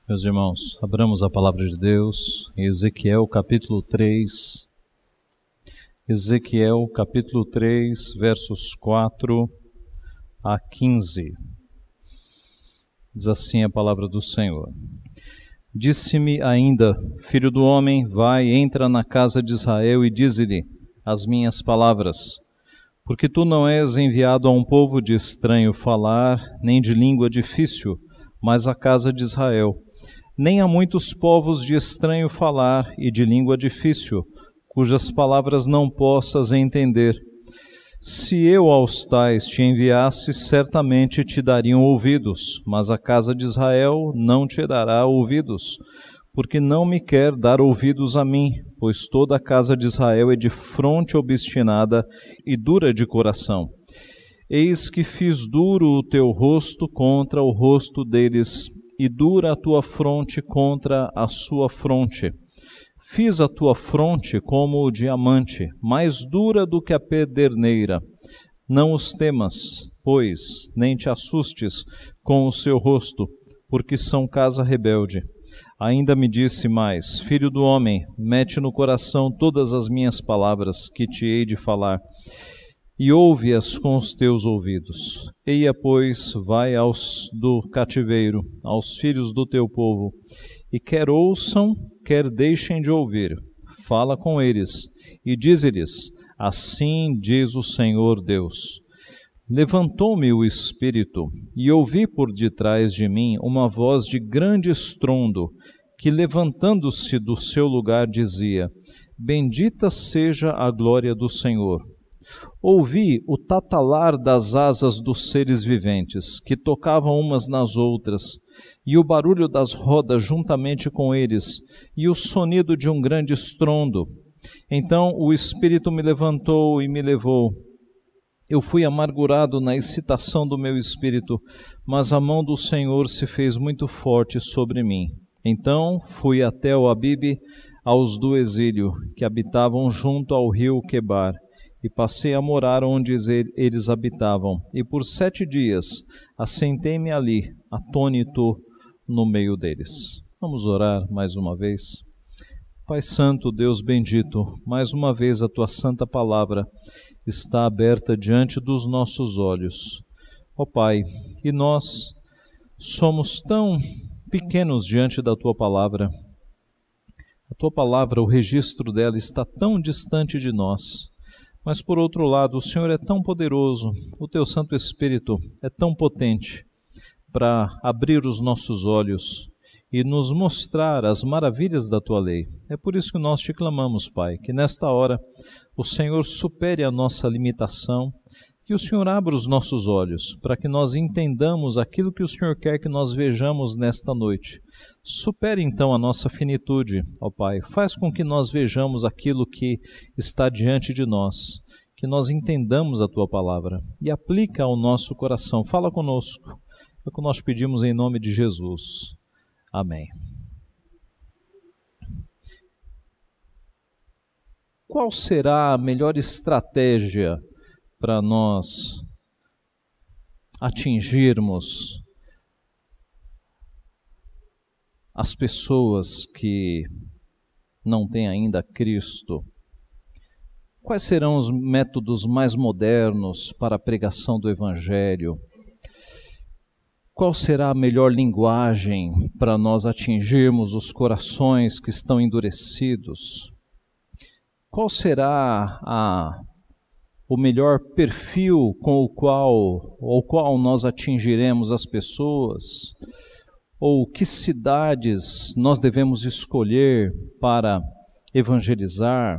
Meus irmãos, abramos a palavra de Deus em Ezequiel capítulo 3. Ezequiel capítulo 3, versos 4 a 15. Diz assim a palavra do Senhor. Disse-me ainda, filho do homem, vai, entra na casa de Israel e dize-lhe as minhas palavras. Porque tu não és enviado a um povo de estranho falar, nem de língua difícil, mas a casa de Israel. Nem a muitos povos de estranho falar e de língua difícil, cujas palavras não possas entender. Se eu aos tais te enviasse, certamente te dariam ouvidos, mas a casa de Israel não te dará ouvidos, porque não me quer dar ouvidos a mim, pois toda a casa de Israel é de fronte obstinada e dura de coração. Eis que fiz duro o teu rosto contra o rosto deles, e dura a tua fronte contra a sua fronte. Fiz a tua fronte como o diamante, mais dura do que a pederneira. Não os temas, pois, nem te assustes com o seu rosto, porque são casa rebelde. Ainda me disse mais, filho do homem, mete no coração todas as minhas palavras que te hei de falar, e ouve-as com os teus ouvidos. Eia, pois, vai aos do cativeiro, aos filhos do teu povo, e quer ouçam, quer deixem de ouvir. Fala com eles, e dize-lhes, assim diz o Senhor Deus. Levantou-me o Espírito, e ouvi por detrás de mim uma voz de grande estrondo, que levantando-se do seu lugar dizia, bendita seja a glória do Senhor. Ouvi o tatalar das asas dos seres viventes, que tocavam umas nas outras, e o barulho das rodas juntamente com eles, e o sonido de um grande estrondo. Então o Espírito me levantou e me levou. Eu fui amargurado na excitação do meu espírito, mas a mão do Senhor se fez muito forte sobre mim. Então fui até o Abibe, aos do exílio, que habitavam junto ao rio Quebar, e passei a morar onde eles habitavam, e por 7 dias assentei-me ali, atônito no meio deles. Vamos orar mais uma vez. Pai Santo, Deus bendito, mais uma vez a Tua santa palavra está aberta diante dos nossos olhos. Ó Pai, e nós somos tão pequenos diante da Tua palavra. A Tua palavra, o registro dela está tão distante de nós. Mas, por outro lado, o Senhor é tão poderoso, o Teu Santo Espírito é tão potente para abrir os nossos olhos e nos mostrar as maravilhas da Tua lei. É por isso que nós te clamamos, Pai, que nesta hora o Senhor supere a nossa limitação e o Senhor abra os nossos olhos para que nós entendamos aquilo que o Senhor quer que nós vejamos nesta noite. Supere então a nossa finitude, ó Pai, faz com que nós vejamos aquilo que está diante de nós, que nós entendamos a Tua palavra e aplica ao nosso coração. Fala conosco, é o que nós pedimos em nome de Jesus. Amém. Qual será a melhor estratégia para nós atingirmos as pessoas que não têm ainda Cristo? Quais serão os métodos mais modernos para a pregação do Evangelho? Qual será a melhor linguagem para nós atingirmos os corações que estão endurecidos? Qual será o melhor perfil com o qual nós atingiremos as pessoas? Ou que cidades nós devemos escolher para evangelizar?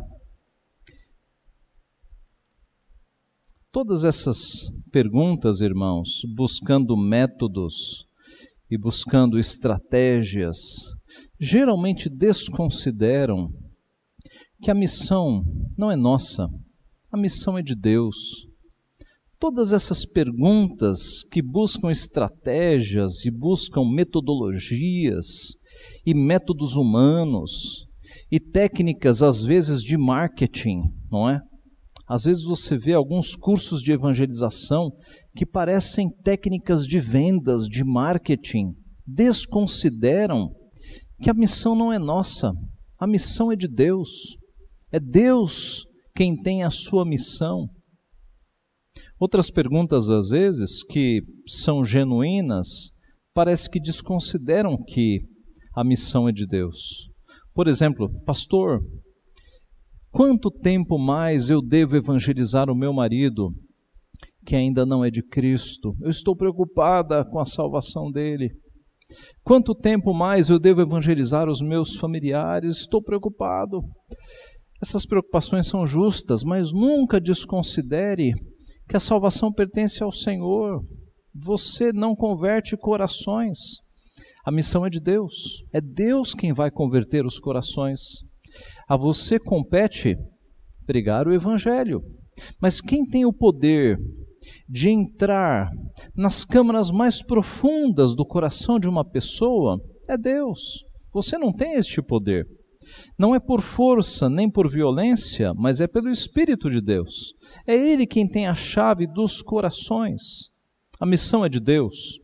Todas essas perguntas, irmãos, buscando métodos e buscando estratégias, geralmente desconsideram que a missão não é nossa, a missão é de Deus. Todas essas perguntas que buscam estratégias e buscam metodologias e métodos humanos e técnicas, às vezes, de marketing, não é? Às vezes você vê alguns cursos de evangelização que parecem técnicas de vendas, de marketing. desconsideram que a missão não é nossa, a missão é de Deus. É Deus quem tem a sua missão. Outras perguntas, às vezes, que são genuínas, parece que desconsideram que a missão é de Deus. Por exemplo, pastor, quanto tempo mais eu devo evangelizar o meu marido, que ainda não é de Cristo? Eu estou preocupada com a salvação dele. Quanto tempo mais eu devo evangelizar os meus familiares? Estou preocupado. Essas preocupações são justas, mas nunca desconsidere que a salvação pertence ao Senhor. Você não converte corações. A missão é de Deus. É Deus quem vai converter os corações. A você compete pregar o Evangelho. Mas quem tem o poder de entrar nas câmaras mais profundas do coração de uma pessoa é Deus. Você não tem este poder. Não é por força nem por violência, mas é pelo Espírito de Deus. É Ele quem tem a chave dos corações. A missão é de Deus.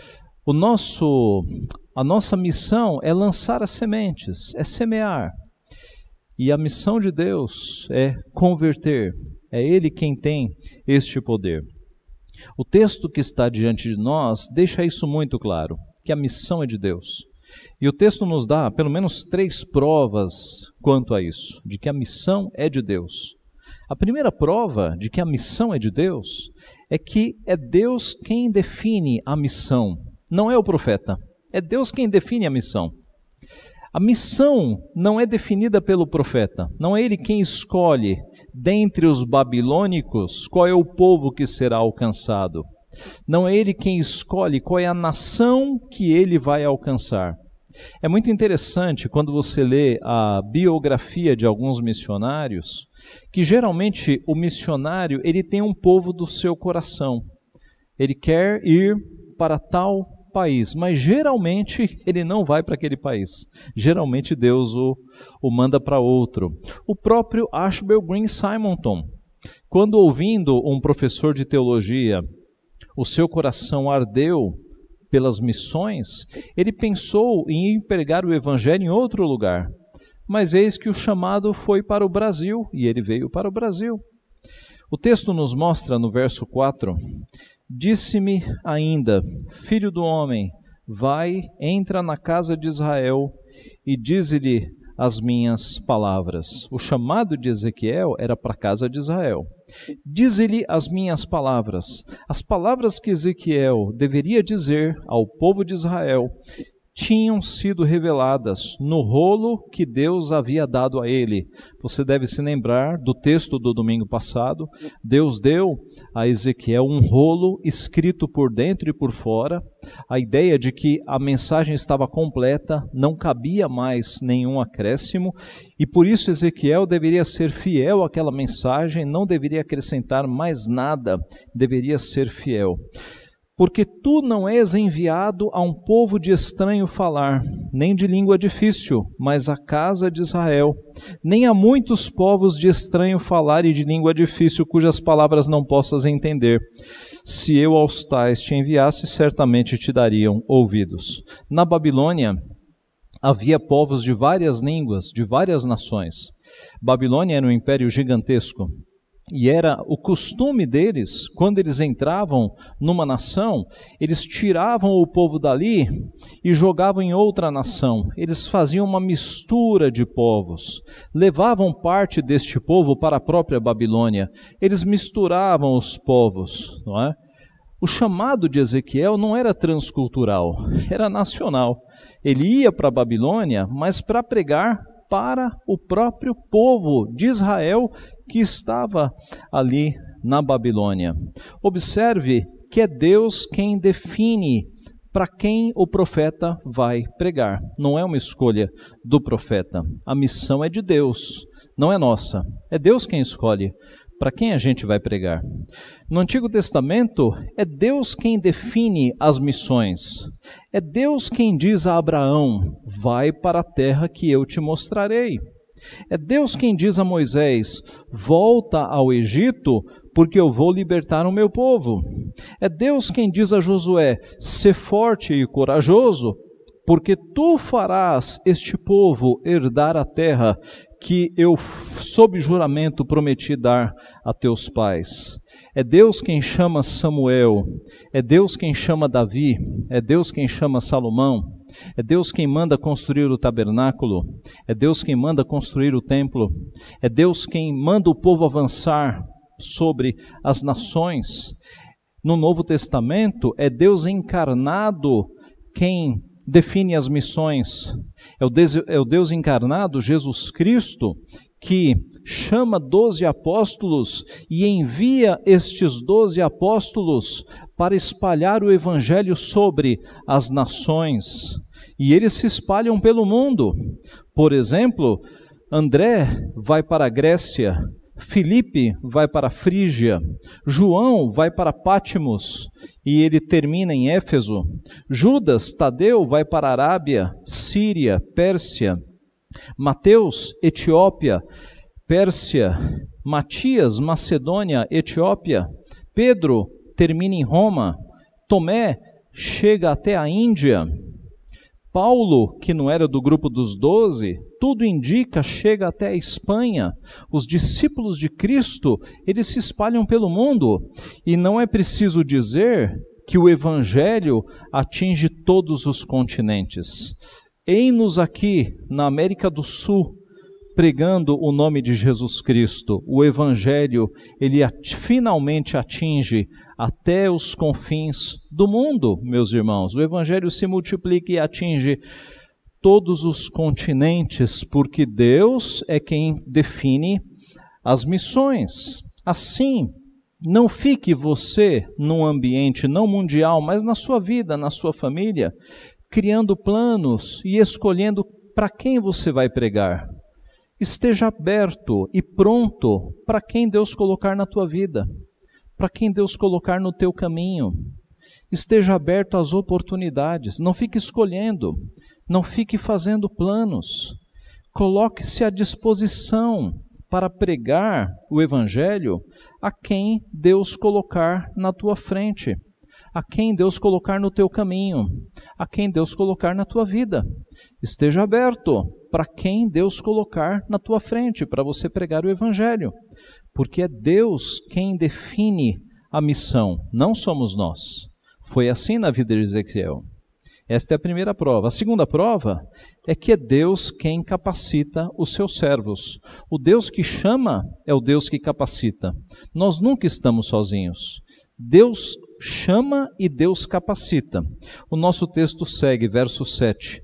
A nossa missão é lançar as sementes, é semear. E a missão de Deus é converter. É Ele quem tem este poder. O texto que está diante de nós deixa isso muito claro, que a missão é de Deus. E o texto nos dá pelo menos 3 provas quanto a isso, de que a missão é de Deus. A primeira prova de que a missão é de Deus é que é Deus quem define a missão, não é o profeta. É Deus quem define a missão. A missão não é definida pelo profeta, não é ele quem escolhe dentre os babilônicos qual é o povo que será alcançado. Não é ele quem escolhe qual é a nação que ele vai alcançar. É muito interessante quando você lê a biografia de alguns missionários, que geralmente o missionário ele tem um povo do seu coração. Ele quer ir para tal país, mas geralmente ele não vai para aquele país. Geralmente Deus o manda para outro. O próprio Ashbel Green Simonton, quando ouvindo um professor de teologia, o seu coração ardeu pelas missões, ele pensou em ir pregar o evangelho em outro lugar. Mas eis que o chamado foi para o Brasil, e ele veio para o Brasil. O texto nos mostra no verso 4, disse-me ainda, filho do homem, vai, entra na casa de Israel e dize-lhe as minhas palavras. O chamado de Ezequiel era para a casa de Israel. Dize-lhe as minhas palavras. As palavras que Ezequiel deveria dizer ao povo de Israel tinham sido reveladas no rolo que Deus havia dado a ele. Você deve se lembrar do texto do domingo passado. Deus deu a Ezequiel um rolo escrito por dentro e por fora, a ideia de que a mensagem estava completa, não cabia mais nenhum acréscimo, e por isso Ezequiel deveria ser fiel àquela mensagem, não deveria acrescentar mais nada, deveria ser fiel. Porque tu não és enviado a um povo de estranho falar, nem de língua difícil, mas à casa de Israel, nem a muitos povos de estranho falar e de língua difícil, cujas palavras não possas entender. Se eu aos tais te enviasse, certamente te dariam ouvidos. Na Babilônia havia povos de várias línguas, de várias nações. Babilônia era um império gigantesco. E era o costume deles, quando eles entravam numa nação, eles tiravam o povo dali e jogavam em outra nação. Eles faziam uma mistura de povos, levavam parte deste povo para a própria Babilônia. Eles misturavam os povos, não é? O chamado de Ezequiel não era transcultural, era nacional. Ele ia para a Babilônia, mas para pregar para o próprio povo de Israel que estava ali na Babilônia. Observe que é Deus quem define para quem o profeta vai pregar. Não é uma escolha do profeta. A missão é de Deus, não é nossa. É Deus quem escolhe para quem a gente vai pregar. No Antigo Testamento, é Deus quem define as missões. É Deus quem diz a Abraão, vai para a terra que eu te mostrarei. É Deus quem diz a Moisés, volta ao Egito, porque eu vou libertar o meu povo. É Deus quem diz a Josué: sê forte e corajoso, porque tu farás este povo herdar a terra que eu, sob juramento, prometi dar a teus pais. É Deus quem chama Samuel, é Deus quem chama Davi, é Deus quem chama Salomão, é Deus quem manda construir o tabernáculo, é Deus quem manda construir o templo, é Deus quem manda o povo avançar sobre as nações. No Novo Testamento, é Deus encarnado quem define as missões. É o Deus encarnado, Jesus Cristo, que chama 12 apóstolos e envia estes 12 apóstolos para espalhar o evangelho sobre as nações. E eles se espalham pelo mundo. Por exemplo, André vai para a Grécia, Filipe vai para a Frígia, João vai para Pátimos e ele termina em Éfeso. Judas Tadeu vai para a Arábia, Síria, Pérsia. Mateus, Etiópia, Pérsia. Matias, Macedônia, Etiópia. Pedro termina em Roma. Tomé chega até a Índia. Paulo, que não era do grupo dos 12, tudo indica, chega até a Espanha. Os discípulos de Cristo, eles se espalham pelo mundo. E não é preciso dizer que o Evangelho atinge todos os continentes. Eis-nos aqui, na América do Sul, pregando o nome de Jesus Cristo. O Evangelho, ele finalmente atinge até os confins do mundo, meus irmãos. O Evangelho se multiplica e atinge todos os continentes, porque Deus é quem define as missões. Assim, não fique você num ambiente não mundial, mas na sua vida, na sua família, criando planos e escolhendo para quem você vai pregar. Esteja aberto e pronto para quem Deus colocar na tua vida, para quem Deus colocar no teu caminho. Esteja aberto às oportunidades, não fique escolhendo, não fique fazendo planos. Coloque-se à disposição para pregar o Evangelho a quem Deus colocar na tua frente, a quem Deus colocar no teu caminho, a quem Deus colocar na tua vida. Esteja aberto para quem Deus colocar na tua frente, para você pregar o Evangelho, porque é Deus quem define a missão, não somos nós. Foi assim na vida de Ezequiel. Esta é a primeira prova. A segunda prova é que é Deus quem capacita os seus servos. O Deus que chama é o Deus que capacita. Nós nunca estamos sozinhos. Deus chama e Deus capacita. O nosso texto segue, verso 7.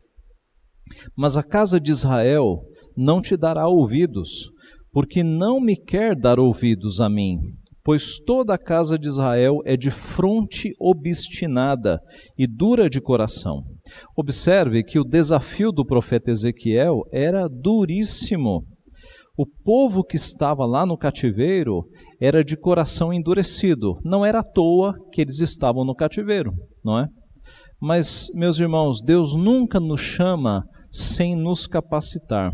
Mas a casa de Israel não te dará ouvidos, porque não me quer dar ouvidos a mim, pois toda a casa de Israel é de fronte obstinada e dura de coração. Observe que o desafio do profeta Ezequiel era duríssimo. O povo que estava lá no cativeiro era de coração endurecido. Não era à toa que eles estavam no cativeiro, não é? Mas, meus irmãos, Deus nunca nos chama sem nos capacitar.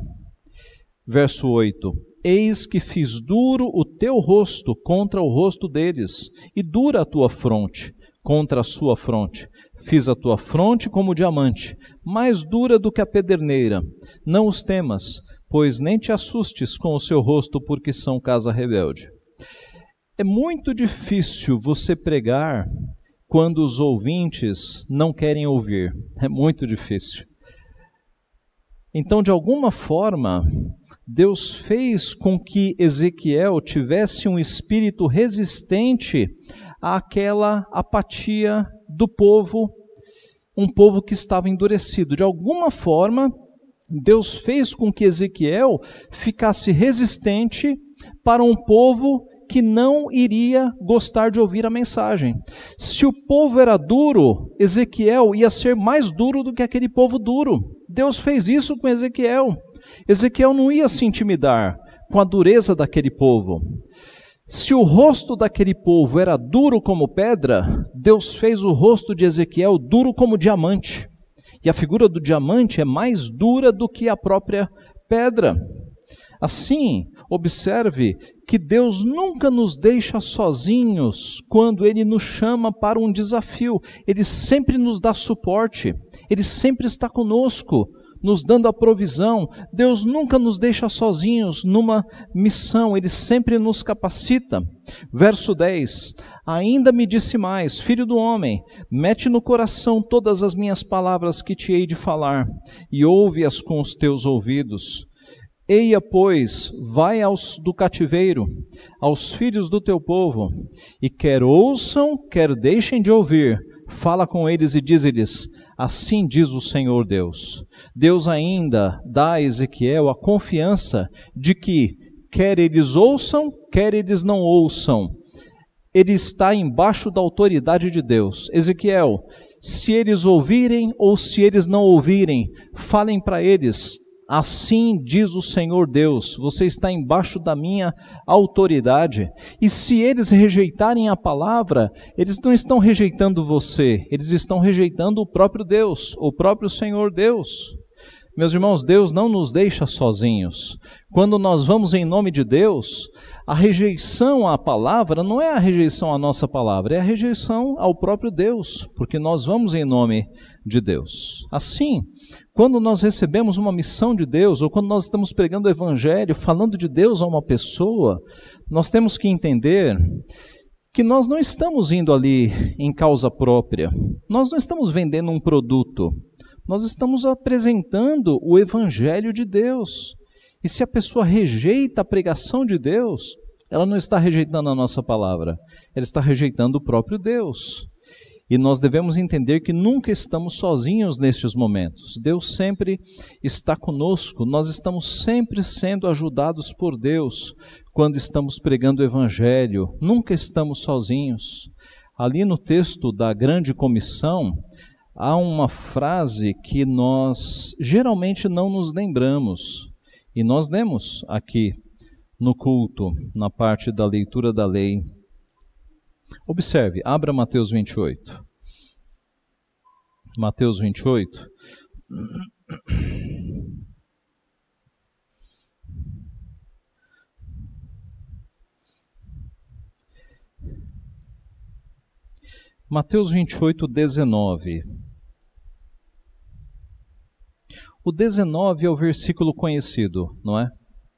Verso 8. Eis que fiz duro o teu rosto contra o rosto deles, e dura a tua fronte contra a sua fronte. Fiz a tua fronte como diamante, mais dura do que a pederneira. Não os temas, pois nem te assustes com o seu rosto, porque são casa rebelde. É muito difícil você pregar quando os ouvintes não querem ouvir. É muito difícil. Então, de alguma forma, Deus fez com que Ezequiel tivesse um espírito resistente àquela apatia do povo, um povo que estava endurecido. De alguma forma, Deus fez com que Ezequiel ficasse resistente para um povo que não iria gostar de ouvir a mensagem. Se o povo era duro, Ezequiel ia ser mais duro do que aquele povo duro. Deus fez isso com Ezequiel. Ezequiel não ia se intimidar com a dureza daquele povo. Se o rosto daquele povo era duro como pedra, Deus fez o rosto de Ezequiel duro como diamante. E a figura do diamante é mais dura do que a própria pedra. Assim, observe que Deus nunca nos deixa sozinhos quando Ele nos chama para um desafio. Ele sempre nos dá suporte, Ele sempre está conosco, nos dando a provisão. Deus nunca nos deixa sozinhos numa missão, Ele sempre nos capacita. Verso 10, ainda me disse mais, filho do homem, mete no coração todas as minhas palavras que te hei de falar, e ouve-as com os teus ouvidos. Eia, pois, vai do cativeiro, aos filhos do teu povo, e quer ouçam, quer deixem de ouvir, fala com eles e dize-lhes, assim diz o Senhor Deus. Deus ainda dá a Ezequiel a confiança de que, quer eles ouçam, quer eles não ouçam, ele está embaixo da autoridade de Deus. Ezequiel, se eles ouvirem ou se eles não ouvirem, falem para eles, assim diz o Senhor Deus, você está embaixo da minha autoridade. E se eles rejeitarem a palavra, eles não estão rejeitando você, eles estão rejeitando o próprio Deus, o próprio Senhor Deus. Meus irmãos, Deus não nos deixa sozinhos. Quando nós vamos em nome de Deus, a rejeição à palavra não é a rejeição à nossa palavra, é a rejeição ao próprio Deus, porque nós vamos em nome de Deus. Assim, quando nós recebemos uma missão de Deus, ou quando nós estamos pregando o Evangelho, falando de Deus a uma pessoa, nós temos que entender que nós não estamos indo ali em causa própria, nós não estamos vendendo um produto, nós estamos apresentando o Evangelho de Deus. E se a pessoa rejeita a pregação de Deus, ela não está rejeitando a nossa palavra, ela está rejeitando o próprio Deus. E nós devemos entender que nunca estamos sozinhos nestes momentos. Deus sempre está conosco, nós estamos sempre sendo ajudados por Deus quando estamos pregando o Evangelho, nunca estamos sozinhos. Ali no texto da Grande Comissão, há uma frase que nós geralmente não nos lembramos, e nós lemos aqui no culto, na parte da leitura da lei. Observe, abra Mateus 28. Mateus 28. Mateus 28, 19. O 19 é o versículo conhecido, não é?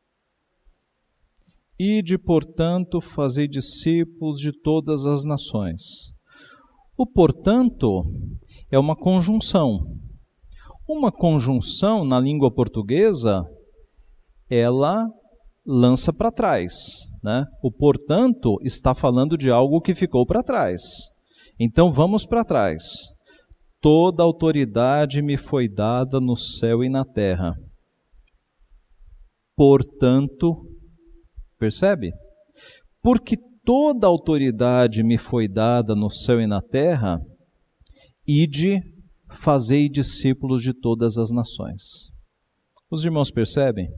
Ide, portanto, fazei discípulos de todas as nações. O portanto é uma conjunção. Uma conjunção na língua portuguesa, ela lança para trás, né? O portanto está falando de algo que ficou para trás. Então vamos para trás. Toda autoridade me foi dada no céu e na terra. Portanto, percebe? Porque toda autoridade me foi dada no céu e na terra, ide, fazei discípulos de todas as nações. Os irmãos percebem?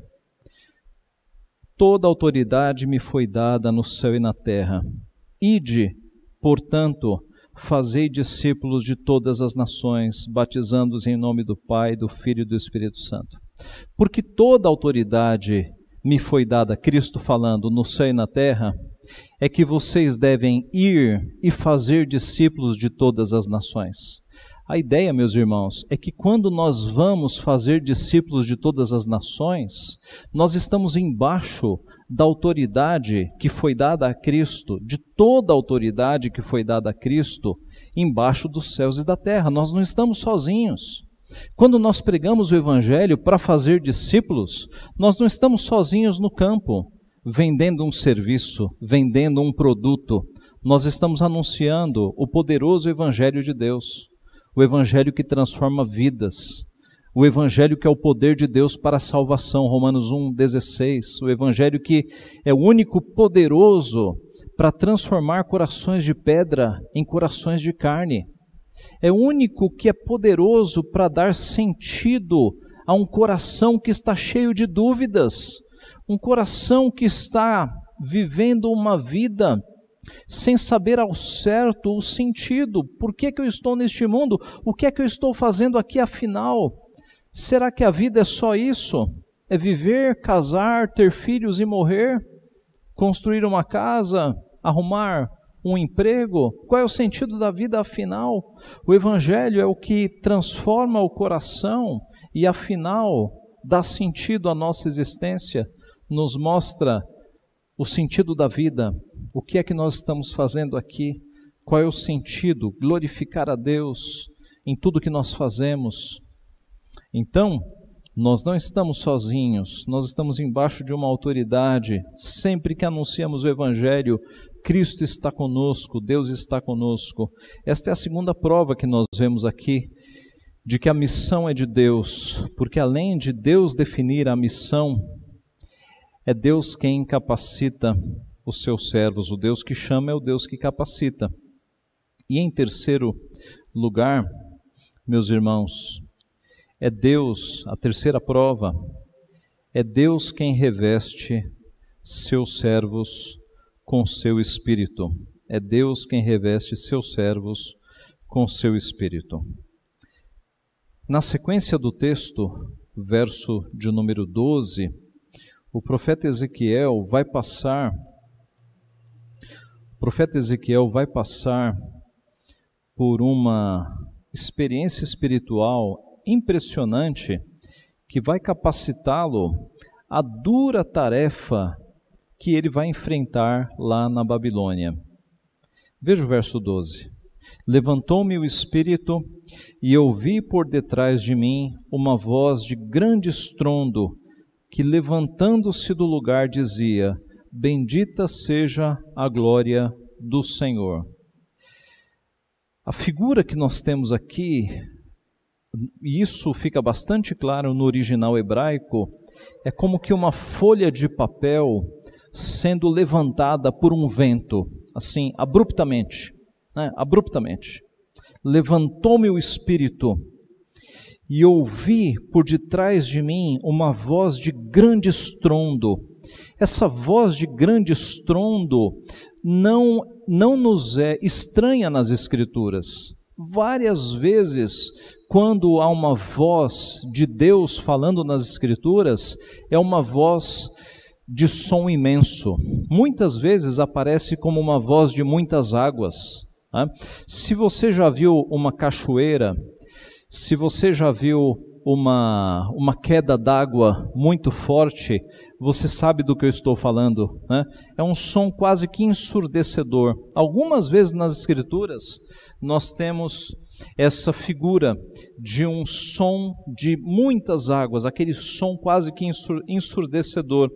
Toda autoridade me foi dada no céu e na terra. Ide, portanto, fazei discípulos de todas as nações, batizando-os em nome do Pai, do Filho e do Espírito Santo. Porque toda autoridade me foi dada, Cristo falando, no céu e na terra, é que vocês devem ir e fazer discípulos de todas as nações. A ideia, meus irmãos, é que quando nós vamos fazer discípulos de todas as nações, nós estamos embaixo da autoridade que foi dada a Cristo, de toda a autoridade que foi dada a Cristo, embaixo dos céus e da terra. Nós não estamos sozinhos. Quando nós pregamos o Evangelho para fazer discípulos, nós não estamos sozinhos no campo, vendendo um serviço, vendendo um produto. Nós estamos anunciando o poderoso Evangelho de Deus, o Evangelho que transforma vidas, o Evangelho que é o poder de Deus para a salvação, Romanos 1,16, o Evangelho que é o único poderoso para transformar corações de pedra em corações de carne. É o único que é poderoso para dar sentido a um coração que está cheio de dúvidas, um coração que está vivendo uma vida sem saber ao certo o sentido. Por que eu estou neste mundo? O que é que eu estou fazendo aqui afinal? Será que a vida é só isso? É viver, casar, ter filhos e morrer? Construir uma casa, arrumar um emprego? Qual é o sentido da vida afinal? O Evangelho é o que transforma o coração e afinal dá sentido à nossa existência, nos mostra o sentido da vida. O que é que nós estamos fazendo aqui? Qual é o sentido? Glorificar a Deus em tudo que nós fazemos. Então, nós não estamos sozinhos, nós estamos embaixo de uma autoridade. Sempre que anunciamos o Evangelho, Cristo está conosco, Deus está conosco. Esta é a segunda prova que nós vemos aqui, de que a missão é de Deus, porque além de Deus definir a missão, é Deus quem capacita os seus servos. O Deus que chama é o Deus que capacita. E em terceiro lugar, meus irmãos, é Deus, a terceira prova, é Deus quem reveste seus servos com seu Espírito. É Deus quem reveste seus servos com seu Espírito. Na sequência do texto, verso de número 12, o profeta Ezequiel vai passar por uma experiência espiritual impressionante que vai capacitá-lo à dura tarefa que ele vai enfrentar lá na Babilônia. Veja o verso 12. Levantou-me o Espírito e ouvi por detrás de mim uma voz de grande estrondo que, levantando-se do lugar, dizia: Bendita seja a glória do Senhor. A figura que nós temos aqui, e isso fica bastante claro no original hebraico, é como que uma folha de papel sendo levantada por um vento, assim, abruptamente, né? Abruptamente. Levantou-me o Espírito e ouvi por detrás de mim uma voz de grande estrondo. Essa voz de grande estrondo não nos é estranha nas Escrituras. Várias vezes, quando há uma voz de Deus falando nas Escrituras, é uma voz de som imenso. Muitas vezes aparece como uma voz de muitas águas. Né? Se você já viu uma cachoeira, se você já viu uma queda d'água muito forte, você sabe do que eu estou falando, né? É um som quase que ensurdecedor. Algumas vezes nas Escrituras nós temos essa figura de um som de muitas águas, aquele som quase que ensurdecedor.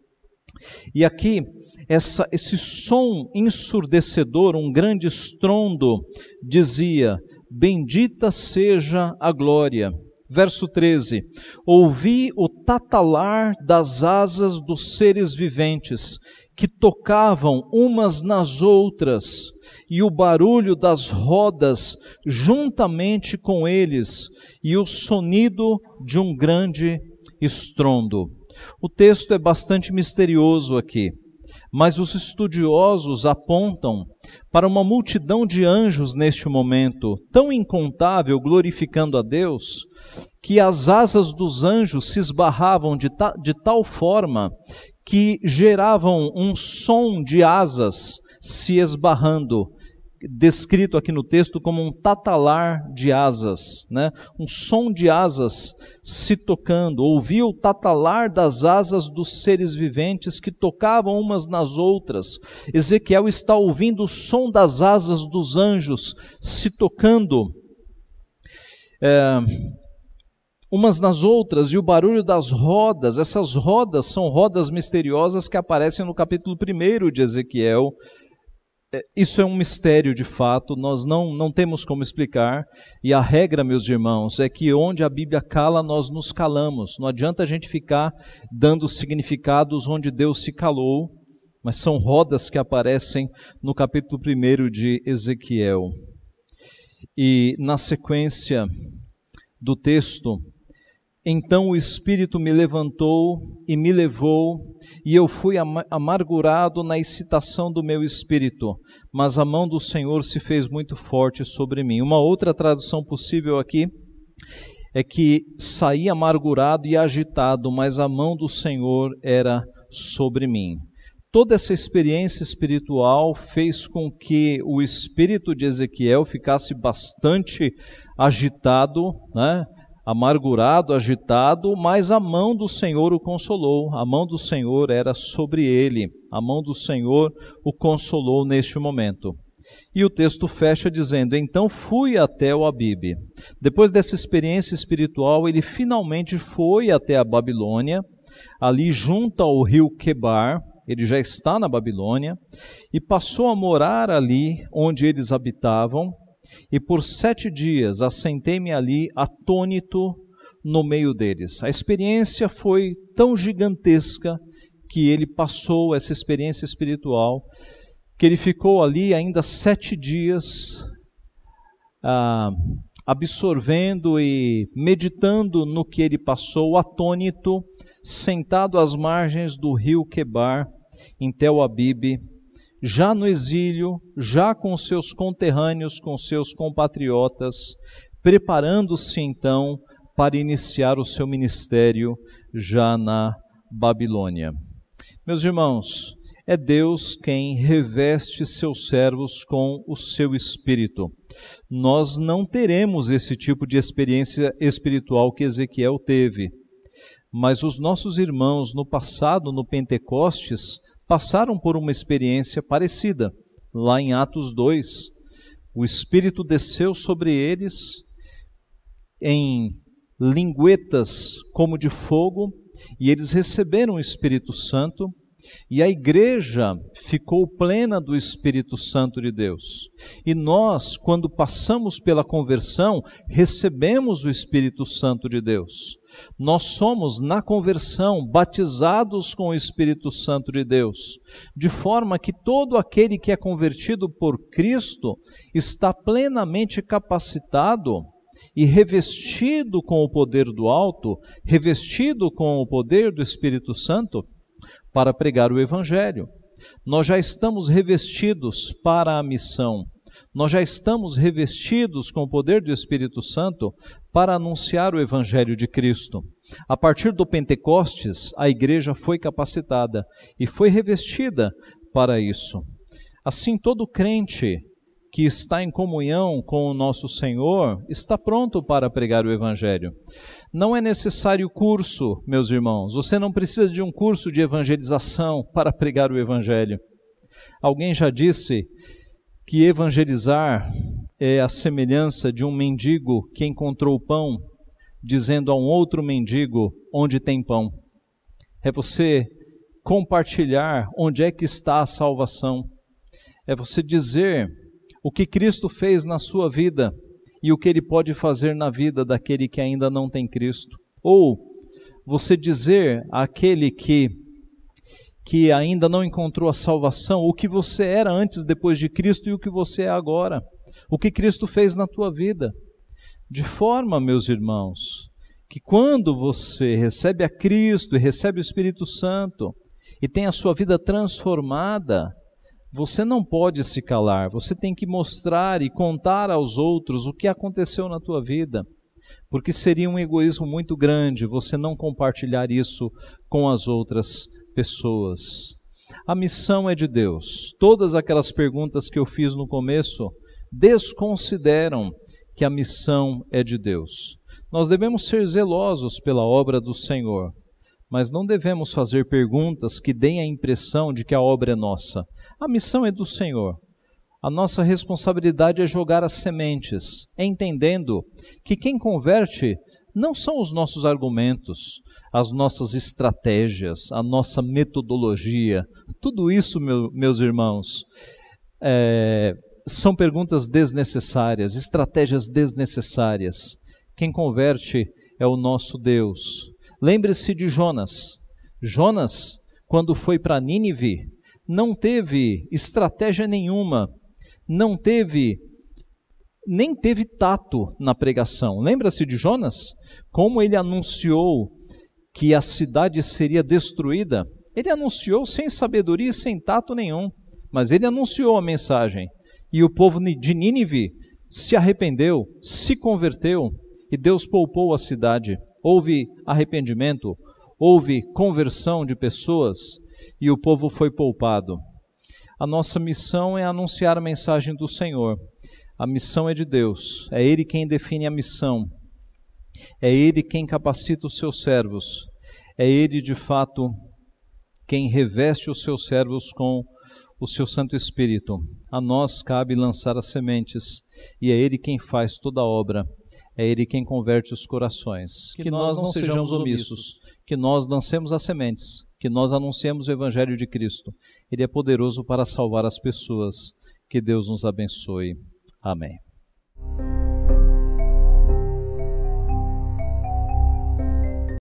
E aqui, esse som ensurdecedor, um grande estrondo, dizia: Bendita seja a glória. Verso 13, ouvi o tatalar das asas dos seres viventes, que tocavam umas nas outras, e o barulho das rodas juntamente com eles, e o sonido de um grande estrondo. O texto é bastante misterioso aqui, mas os estudiosos apontam para uma multidão de anjos neste momento, tão incontável, glorificando a Deus, que as asas dos anjos se esbarravam de tal forma que geravam um som de asas se esbarrando, descrito aqui no texto como um tatalar de asas, né? Um som de asas se tocando. Ouvi o tatalar das asas dos seres viventes que tocavam umas nas outras. Ezequiel está ouvindo o som das asas dos anjos se tocando umas nas outras, e o barulho das rodas. Essas rodas são rodas misteriosas que aparecem no capítulo 1 de Ezequiel. Isso é um mistério de fato, nós não temos como explicar, e a regra, meus irmãos, é que onde a Bíblia cala, nós nos calamos. Não adianta a gente ficar dando significados onde Deus se calou, mas são rodas que aparecem no capítulo 1 de Ezequiel. E na sequência do texto, então o Espírito me levantou e me levou, e eu fui amargurado na excitação do meu espírito, mas a mão do Senhor se fez muito forte sobre mim. Uma outra tradução possível aqui é que saí amargurado e agitado, mas a mão do Senhor era sobre mim. Toda essa experiência espiritual fez com que o espírito de Ezequiel ficasse bastante agitado, né? Amargurado, agitado, mas a mão do Senhor o consolou, a mão do Senhor era sobre ele, a mão do Senhor o consolou neste momento. E o texto fecha dizendo: então fui até o Abibe. Depois dessa experiência espiritual, ele finalmente foi até a Babilônia, ali junto ao rio Quebar. Ele já está na Babilônia, e passou a morar ali onde eles habitavam, e por 7 dias assentei-me ali atônito no meio deles. A experiência foi tão gigantesca que ele passou essa experiência espiritual, que ele ficou ali ainda 7 dias absorvendo e meditando no que ele passou, atônito, sentado às margens do rio Quebar, em Tel Abibe, já no exílio, já com seus conterrâneos, com seus compatriotas, preparando-se então para iniciar o seu ministério já na Babilônia. Meus irmãos, é Deus quem reveste seus servos com o seu Espírito. Nós não teremos esse tipo de experiência espiritual que Ezequiel teve, mas os nossos irmãos no passado, no Pentecostes, passaram por uma experiência parecida. Lá em Atos 2, o Espírito desceu sobre eles em linguetas como de fogo, e eles receberam o Espírito Santo, e a igreja ficou plena do Espírito Santo de Deus. E nós, quando passamos pela conversão, recebemos o Espírito Santo de Deus. Nós somos, na conversão, batizados com o Espírito Santo de Deus, de forma que todo aquele que é convertido por Cristo está plenamente capacitado e revestido com o poder do alto, revestido com o poder do Espírito Santo, para pregar o Evangelho. Nós já estamos revestidos para a missão. Nós já estamos revestidos com o poder do Espírito Santo para anunciar o Evangelho de Cristo. A partir do Pentecostes, a igreja foi capacitada e foi revestida para isso. Assim, todo crente que está em comunhão com o nosso Senhor está pronto para pregar o Evangelho. Não é necessário curso, meus irmãos. Você não precisa de um curso de evangelização para pregar o Evangelho. Alguém já disse que evangelizar é a semelhança de um mendigo que encontrou pão, dizendo a um outro mendigo onde tem pão. É você compartilhar onde é que está a salvação. É você dizer o que Cristo fez na sua vida e o que Ele pode fazer na vida daquele que ainda não tem Cristo. Ou você dizer àquele que ainda não encontrou a salvação, o que você era antes, depois de Cristo, e o que você é agora. O que Cristo fez na tua vida. De forma, meus irmãos, que quando você recebe a Cristo e recebe o Espírito Santo e tem a sua vida transformada, você não pode se calar, você tem que mostrar e contar aos outros o que aconteceu na tua vida, porque seria um egoísmo muito grande você não compartilhar isso com as outras pessoas. A missão é de Deus. Todas aquelas perguntas que eu fiz no começo desconsideram que a missão é de Deus. Nós devemos ser zelosos pela obra do Senhor, mas não devemos fazer perguntas que deem a impressão de que a obra é nossa. A missão é do Senhor. A nossa responsabilidade é jogar as sementes, entendendo que quem converte não são os nossos argumentos, as nossas estratégias, a nossa metodologia. Tudo isso, meus irmãos, são perguntas desnecessárias, estratégias desnecessárias. Quem converte é o nosso Deus. Lembre-se de Jonas. Jonas, quando foi para Nínive, não teve estratégia nenhuma, nem teve tato na pregação. Lembra-se de Jonas? Como ele anunciou que a cidade seria destruída? Ele anunciou sem sabedoria e sem tato nenhum, mas ele anunciou a mensagem. E o povo de Nínive se arrependeu, se converteu, E Deus poupou a cidade. Houve arrependimento, houve conversão de pessoas e o povo foi poupado. A nossa missão é anunciar a mensagem do Senhor. A missão é de Deus, é Ele quem define a missão, é Ele quem capacita os seus servos, é Ele de fato quem reveste os seus servos com o seu Santo Espírito. A nós cabe lançar as sementes e é Ele quem faz toda a obra, é Ele quem converte os corações. Que nós não sejamos omissos, que nós lancemos as sementes, que nós anunciemos o Evangelho de Cristo. Ele é poderoso para salvar as pessoas. Que Deus nos abençoe. Amém.